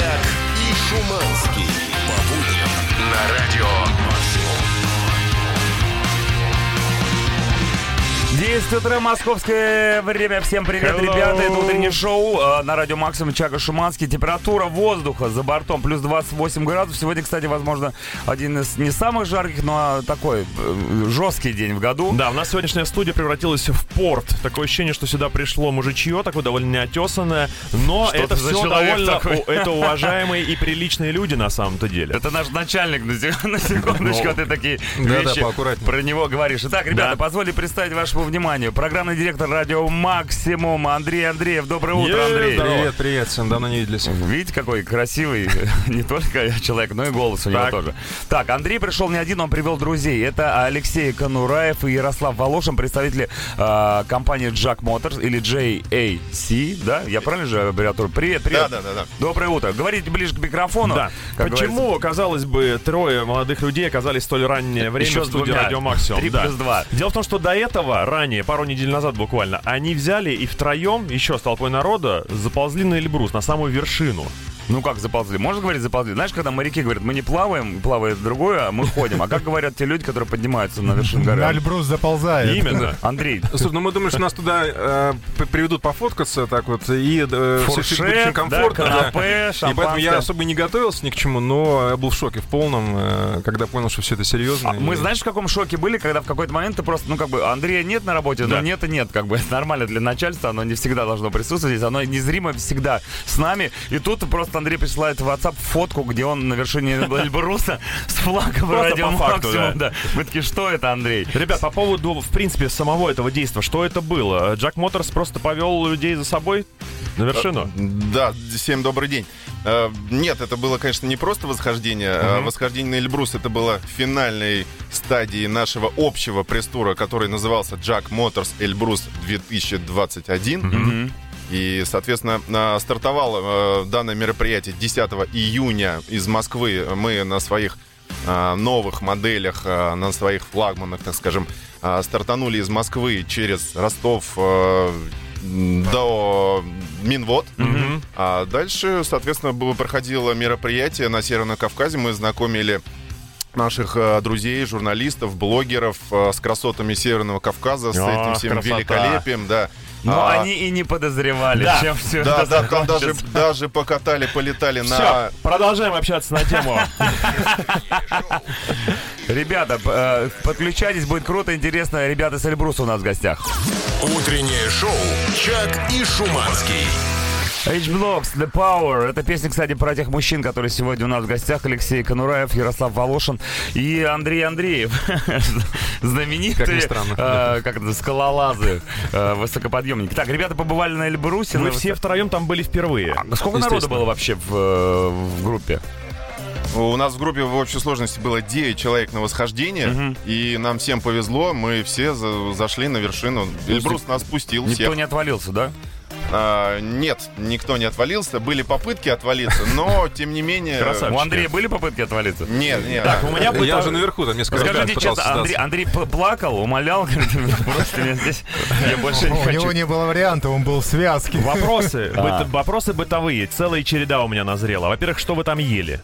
Чак и Шуманский. По будням на радио Максимум. 10 утра, московское время. Всем привет, ребята. Это утреннее шоу на радио Максимум. Чак и Шуманский. Температура воздуха за бортом плюс 28 градусов. Сегодня, кстати, возможно, один из не самых жарких, но такой жесткий день в году. Да, у нас сегодняшняя студия превратилась в порт. Такое ощущение, что сюда пришло мужичье, такое довольно неотесанное. Но что это все довольно... Это уважаемые и приличные люди на самом-то деле. Это наш начальник, на секундочку, ты такие вещи про него говоришь. Итак, ребята, позвольте представить вашему вниманию программный директор радио Максимум Андрей Андреев. Доброе утро, Андрей. Привет, привет, всем давно не виделись. Видите, какой красивый не только человек, но и голос у него тоже. Так, Андрей пришел не один, он привел друзей. Это Алексей Конураев и Ярослав Волошин, представители компании Jack Motors или JAC, да? Я правильно же аббревиатуру? Привет. Да. Доброе утро. Говорите ближе к микрофону. Да. Почему, казалось бы, трое молодых людей оказались в столь раннее время еще в студии радио Максимум? 3 плюс 2. Дело в том, что до этого, ранее, пару недель назад буквально, они взяли и втроем, еще с толпой народа, заползли на Эльбрус, на самую вершину. Ну как заползли? Можно говорить заползли? Знаешь, когда моряки говорят, мы не плаваем, плавает другое, а мы ходим. А как говорят те люди, которые поднимаются на вершину горы? На Эльбрус заползает. Именно. Андрей. Слушай, ну мы думаем, что нас туда приведут пофоткаться так вот, и все будет очень комфортно. Да, канапе, и поэтому я особо не готовился ни к чему, но я был в шоке в полном, когда понял, что все это серьезно. Мы знаешь, в каком шоке были, когда в какой-то момент ты просто, Андрея нет на работе, но нет и нет, это нормально для начальства, оно не всегда должно присутствовать здесь, оно незримо всегда с нами, и тут просто Андрей присылает в WhatsApp фотку, где он на вершине Эльбруса с флагом радио Максимум. Да. Мы такие, что это, Андрей? Ребят, по поводу, в принципе, самого этого действия, что это было? Jack Motors просто повел людей за собой на вершину? Да, всем добрый день. Нет, это было, конечно, не просто восхождение. Восхождение на Эльбрус — это было финальной стадией нашего общего пресс-тура, который назывался Jack Motors Эльбрус 2021. И, соответственно, стартовало данное мероприятие 10 июня из Москвы. Мы на своих новых моделях, на своих флагманах, так скажем, стартанули из Москвы через Ростов до Минвод. А дальше, соответственно, проходило мероприятие на Северном Кавказе. Мы знакомили наших друзей, журналистов, блогеров с красотами Северного Кавказа, с этим всем великолепием, да. Но они и не подозревали, чем все это закончится. Там даже покатали, полетали на... Все, продолжаем общаться на тему. Ребята, подключайтесь, будет круто, интересно. Ребята с Эльбруса у нас в гостях. Утреннее шоу «Чак и Шуманский». H-Blocks, The Power. Это песня, кстати, про тех мужчин, которые сегодня у нас в гостях. Алексей Конураев, Ярослав Волошин и Андрей Андреев. Знаменитые, скалолазы, высокоподъемники. Так, ребята побывали на Эльбрусе. Мы все втроем там были впервые. Сколько народу было вообще в группе? У нас в группе в общей сложности было 9 человек на восхождение, и нам всем повезло, мы все зашли на вершину. Эльбрус нас пустил всех. Никто не отвалился, да? Нет, никто не отвалился. Были попытки отвалиться, но, тем не менее... У Андрея были попытки отвалиться? Нет. Так, у меня я уже наверху, там несколько раз Скажите честно, Андрей плакал, умолял, говорит, просто меня здесь, я больше не хочу. У него не было варианта, он был в связке. Вопросы бытовые, целая череда у меня назрела. Во-первых, что вы там ели?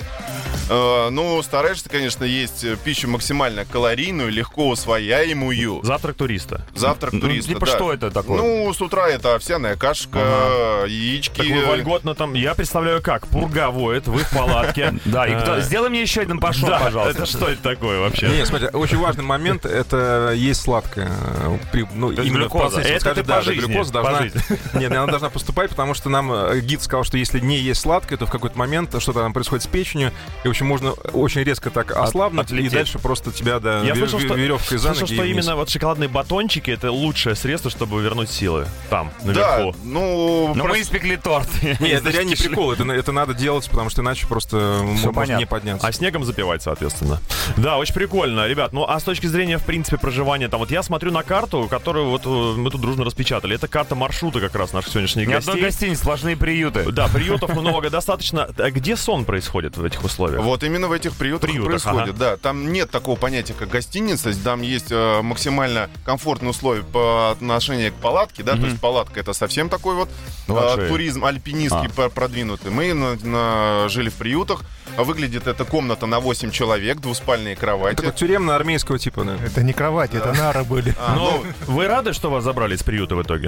Стараешься, конечно, есть пищу максимально калорийную, легко усвояемую. Завтрак туриста. Завтрак туриста, типа, да. что это такое? С утра это овсяная кашка, яички. Так вы вольготно там, я представляю как, пурга воет, вы в палатке. Да, и сделай мне еще один пашот, пожалуйста. Это что это такое вообще? Нет, смотри, очень важный момент — это есть сладкое. Именно в процессе восхождения. Глюкоза Нет, она должна поступать, потому что нам гид сказал, что если не есть сладкое, то в какой-то момент что-то там происходит с печенью, и, в общем, можно очень резко так ослабнуть, и дальше просто тебя, веревкой за ноги. Я слышал, что именно вот шоколадные батончики — это лучшее средство, чтобы вернуть силы там, наверху. Да, но мы испекли торт. Нет, это реально не прикол, это надо делать, потому что иначе просто можно не подняться. А снегом запивать, соответственно. Да, очень прикольно, ребят. А с точки зрения, в принципе, проживания, там вот я смотрю на карту, которую вот мы тут дружно распечатали. Это карта маршрута как раз наших сегодняшних гостей. Ни одной гостиницы, сплошные приюты. Да, приютов много достаточно. А где сон происходит в этих условиях? Вот именно в этих приютах происходит, да. Там нет такого понятия, как гостиница, там есть максимально комфортные условия по отношению к палатке, да, то есть палатка — это совсем такой вот туризм альпинистский продвинутый. Мы жили в приютах, выглядит эта комната на 8 человек, двуспальные кровати. Это тюремно-армейского типа, да? Это не кровати, это нары были. Ну, вы рады, что вас забрали из приюта в итоге?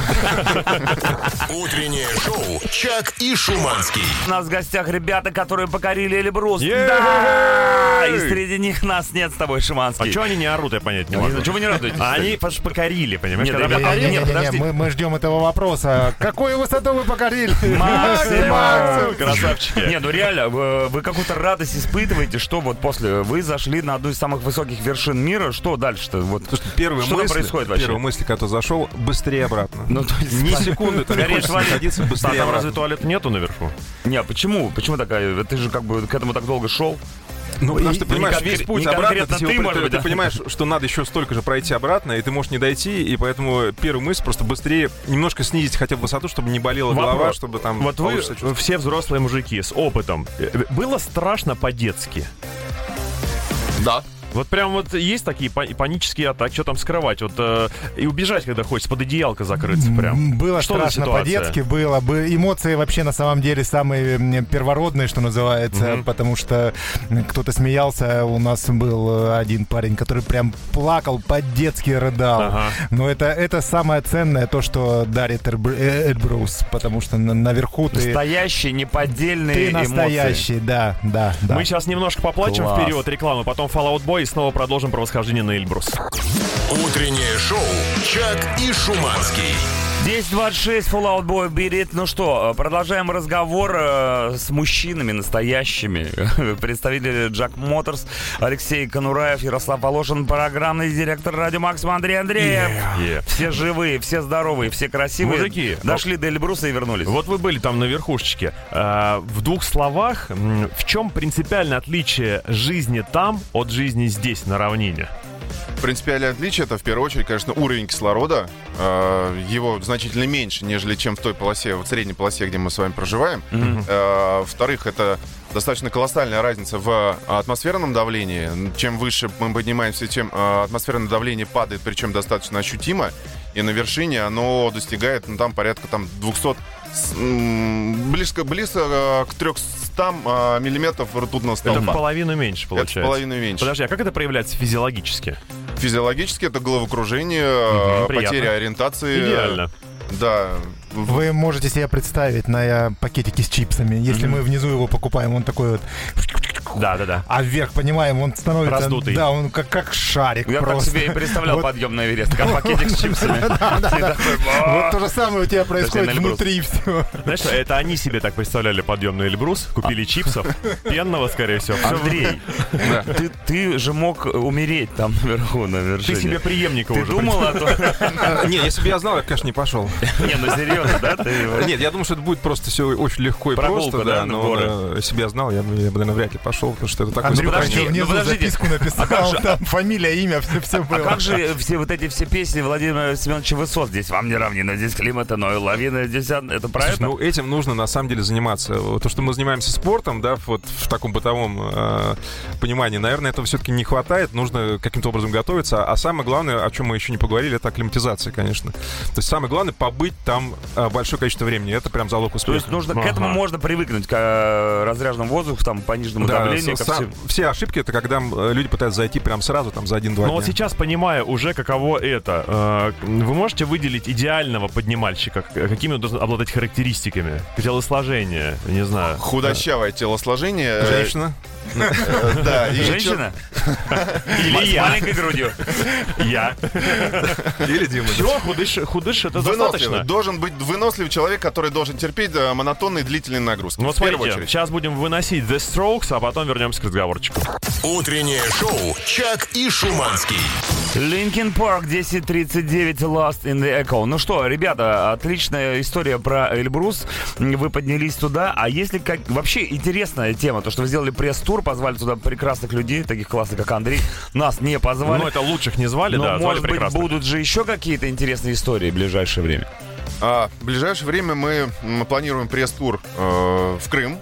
Утреннее шоу «Чак и Шуманский». У нас в гостях ребята, которые покорили Эльбрус. Да! И среди них нас нет с тобой, Шуманский. А что они не орут, я понять не могу. Чего вы не радуетесь? Они покорили, понимаешь? Мы ждем этого вопроса. Какую высоту вы покорили? Максимум! Красавчики. Не, ну реально, вы какую-то радость испытываете, что вот после вы зашли на одну из самых высоких вершин мира, что дальше-то? Вот, что там происходит вообще? Первая мысль, когда зашел, быстрее обратно. Ну, то есть, ни секунды там не хочется находиться, быстрее обратно. Там разве туалет нету наверху? Не, почему? Почему такая? Ты же как бы к этому так долго шел. Ну, потому что, понимаешь, весь путь обратно, ты понимаешь, что надо еще столько же пройти обратно, и ты можешь не дойти, и поэтому первая мысль просто быстрее немножко снизить хотя бы высоту, чтобы не болела голова, чтобы там... Вот вы все взрослые мужики с опытом. Было страшно по-детски? Да. Вот прям вот есть такие панические атаки, что там скрывать, вот и убежать, когда хочется, под одеялко закрыться прям. Было что страшно по-детски, было. Эмоции вообще на самом деле самые первородные, что называется, потому что кто-то смеялся, у нас был один парень, который прям плакал, по-детски рыдал. Но это самое ценное, то, что дарит Эльбрус, потому что наверху ты... Настоящие, неподдельные эмоции. Ты настоящий, да. Мы сейчас немножко поплачем вперед рекламы, потом Fallout Boy, и снова продолжим про восхождение на Эльбрус. Утреннее шоу «Чак и Шуманский». 10:26, Fallout Boy, Beat It. Ну что, продолжаем разговор с мужчинами настоящими. Представители Jack Motors, Алексей Конураев, Ярослав Волошин, программный директор Радио Максимум Андрей Андреев. Все живые, все здоровые, все красивые. Мужики, дошли до Эльбруса и вернулись. Вот вы были там на верхушечке. В двух словах, в чем принципиальное отличие жизни там от жизни здесь, на равнине? Принципиальное отличие — это, в первую очередь, конечно, уровень кислорода. Его значительно меньше, нежели чем в той полосе, в средней полосе, где мы с вами проживаем. Во-вторых, это достаточно колоссальная разница в атмосферном давлении. Чем выше мы поднимаемся, тем атмосферное давление падает, причем достаточно ощутимо. И на вершине оно достигает, там порядка 200, близко к 300 миллиметров ртутного столба. Это в половину меньше, получается. Это в половину меньше. Подожди, а как это проявляется физиологически? Физиологически это головокружение, потеря ориентации. Идеально. Да. Вы можете себе представить на пакетике с чипсами. Если мы внизу его покупаем, он такой вот... Да. А вверх, понимаем, он становится... Раздутый. Да, он как шарик. Я просто. так себе и представлял подъем на Эверест, как пакетик с чипсами. Вот то же самое у тебя происходит внутри всего. Знаешь что, это они себе так представляли подъем на Эльбрус, купили чипсов, пенного, скорее всего. Андрей, ты же мог умереть там наверху, на вершине. Ты себе преемника уже. Ты думал о том? Не, если бы я знал, я, конечно, не пошел. Не, ну серьезно, да? Нет, я думаю, что это будет просто все очень легко и просто, да, но если бы я знал, я бы, наверное, вряд ли пошел, потому что это такой... Андрей, внизу записку написал, там фамилия, имя, все было. А как же все песни Владимира Семеновича Высот? Здесь вам не равнина, здесь климата, но и лавина, здесь это про это? Ну, этим нужно, на самом деле, заниматься. То, что мы занимаемся спортом, да, вот в таком бытовом понимании, наверное, этого все-таки не хватает, нужно каким-то образом готовиться. А самое главное, о чем мы еще не поговорили, это акклиматизация, конечно. То есть самое главное — побыть там большое количество времени. Это прям залог успеха. То есть нужно, к этому можно привыкнуть, к разряженному воздуху, там, пониженному давлению. Все ошибки — это когда люди пытаются зайти прям сразу, там, за 1-2 дня. Но вот сейчас, понимая уже, каково это, вы можете выделить идеального поднимальщика? Какими он должен обладать характеристиками? Телосложение, не знаю. Худощавое телосложение. Женщина. Да. Женщина? Или я? С маленькой грудью. Я. Или Дима. Все, худыш, это достаточно. Должен быть выносливый человек, который должен терпеть монотонные длительные нагрузки. Ну, смотрите, сейчас будем выносить The Strokes, а потом вернемся к разговорчику. Утреннее шоу «Чак и Шуманский». Linkin Park, 10:39, Lost in the Echo. Ну что, ребята, отличная история про Эльбрус. Вы поднялись туда. А если вообще интересная тема, то, что вы сделали пресс-тур, позвали туда прекрасных людей, таких классных, как Андрей. Нас не позвали. Ну, это лучших не звали, да, звали может прекрасных. Быть, будут же еще какие-то интересные истории в ближайшее время? В ближайшее время мы планируем пресс-тур в Крым.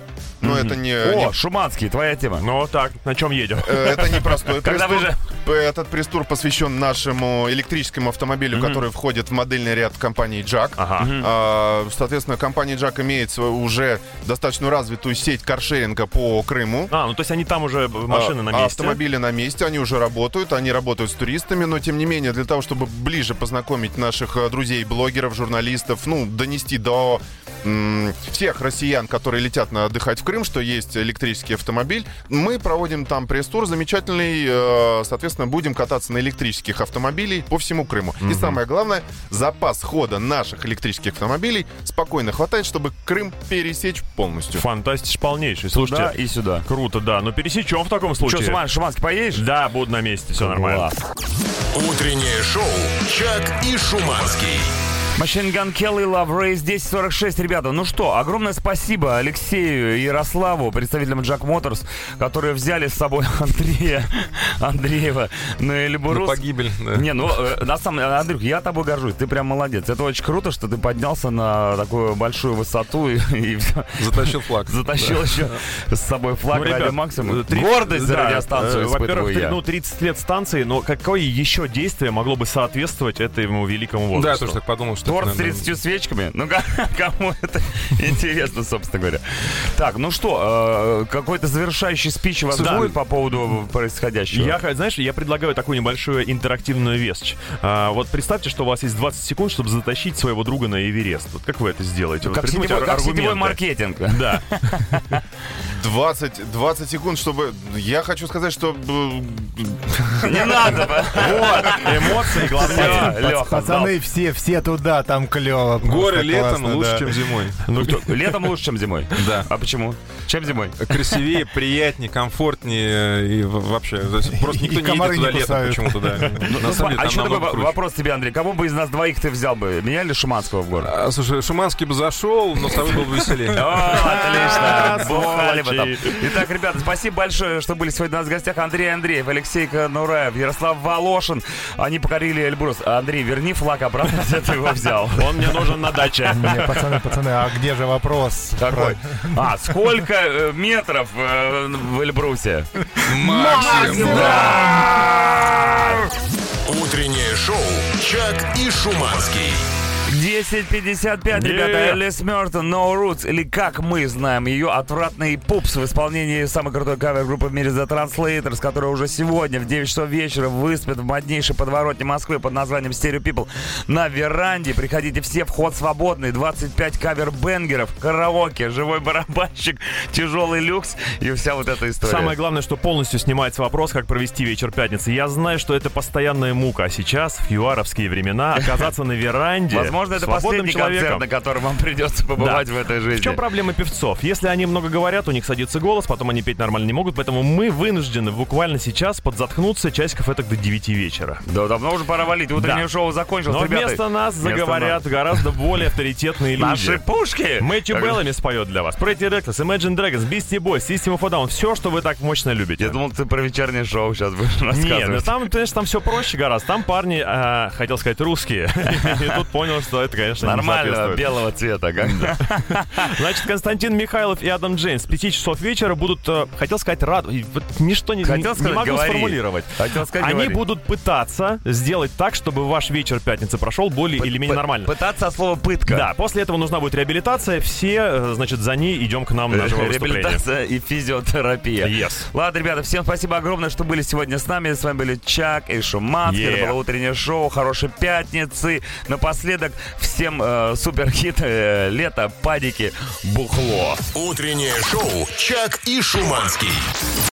но это не... Шуманский, твоя тема. Ну так, на чем едем? Это непростой Когда вы же... Этот пресс-тур посвящен нашему электрическому автомобилю, который входит в модельный ряд компании JAC. Соответственно, компания JAC имеет уже достаточно развитую сеть каршеринга по Крыму. Ну то есть они там уже, машины на месте? Автомобили на месте, они уже работают, они работают с туристами, но тем не менее, для того, чтобы ближе познакомить наших друзей-блогеров, журналистов, донести до всех россиян, которые летят отдыхать в Крым, что есть электрический автомобиль, мы проводим там пресс-тур замечательный, соответственно, будем кататься на электрических автомобилях по всему Крыму. И самое главное, запас хода наших электрических автомобилей спокойно хватает, чтобы Крым пересечь полностью. Фантастич полнейший. Слушайте, туда и сюда. Круто, да. Но пересечем в таком случае. Что, Шуманский, поедешь? Да, буду на месте, все нормально. Утреннее шоу «Чак и Шуманский». Machine Gun Kelly, Love Race 1046. Ребята, ну что, огромное спасибо Алексею и Ярославу, представителям Jack Motors, которые взяли с собой Андреева на Эльбрус. На погибель, да. Не, на самом деле, Андрюх, я тобой горжусь, ты прям молодец. Это очень круто, что ты поднялся на такую большую высоту и затащил флаг. Затащил еще с собой флаг ради максимума. Гордость за радиостанцию испытываю я. Во-первых, 30 лет станции, но какое еще действие могло бы соответствовать этому великому возрасту? Да, я тоже так подумал, что... Торт с 30 свечками? Ну, кому это интересно, собственно говоря. Так, ну что, какой-то завершающий спич у вас будет по поводу происходящего? Я предлагаю такую небольшую интерактивную вещь. Вот представьте, что у вас есть 20 секунд, чтобы затащить своего друга на Эверест. Вот как вы это сделаете? Как сетевой маркетинг. Да. 20 секунд, чтобы... Я хочу сказать, что... Не надо! Вот, эмоции, глаза. Пацаны, все туда, там клево. Горы летом лучше, чем зимой. Летом лучше, чем зимой? Да. А почему? Чем зимой? Красивее, приятнее, комфортнее и вообще. Просто никто не едет туда летом почему-то, да. А еще такой вопрос тебе, Андрей. Кого бы из нас двоих ты взял бы? Меня или Шуманского в город? Слушай, Шуманский бы зашел, но с тобой был бы веселее. Отлично. Бухали бы там. Итак, ребята, спасибо большое, что были сегодня у нас в гостях. Андрей Андреев, Алексей Конураев, Ярослав Волошин. Они покорили Эльбрус. Андрей, верни флаг обратно, где ты его взял. Он мне нужен на даче. Пацаны, а где же вопрос? Какой? Сколько метров в Эльбрусе? Максимум! Утреннее шоу «Чак и Шуманский». 10:55, ребята, Элис Мёртон, No Roots, или как мы знаем ее, отвратный пупс в исполнении самой крутой кавер-группы в мире The Translators, которая уже сегодня в 9 часов вечера выступит в моднейшей подворотне Москвы под названием Stereo People на веранде. Приходите все, вход свободный, 25 кавер-бенгеров, караоке, живой барабанщик, тяжелый люкс и вся вот эта история. Самое главное, что полностью снимается вопрос, как провести вечер пятницы. Я знаю, что это постоянная мука, а сейчас, в юаровские времена, оказаться на веранде... Возможно, это последний концерт, на котором вам придется побывать в этой жизни. В чем проблема певцов? Если они много говорят, у них садится голос, потом они петь нормально не могут, поэтому мы вынуждены буквально сейчас подзаткнуться часиков этак до 9 вечера. Да, давно уже пора валить, утреннее шоу закончилось. Но ребята, вместо нас заговорят гораздо более авторитетные люди. Наши пушки! Мэтью Беллами споет для вас. Pretty Reckless, Imagine Dragons, Beastie Boys, System of a Down. Все, что вы так мощно любите. Я думал, ты про вечернее шоу сейчас будешь рассказывать. Нет, там, конечно, там все проще гораздо. Там парни, хотел сказать, русские. И тут понял, что это, конечно, нормально, белого цвета. Значит, Константин Михайлов и Адам Джеймс с 5 часов вечера будут, хотел сказать, ничто не могу сформулировать. Они будут пытаться сделать так, чтобы ваш вечер пятницы прошел более или менее нормально. Пытаться от слова пытка. Да, после этого нужна будет реабилитация. Все, значит, за ней идем к нам на живое выступление. Реабилитация и физиотерапия. Yes. Ладно, ребята, всем спасибо огромное, что были сегодня с нами. С вами были Чак и Шуманский. Это было утреннее шоу. Хорошей пятницы. Напоследок всем суперхит лето, падики, бухло. Утреннее шоу «Чак и Шуманский».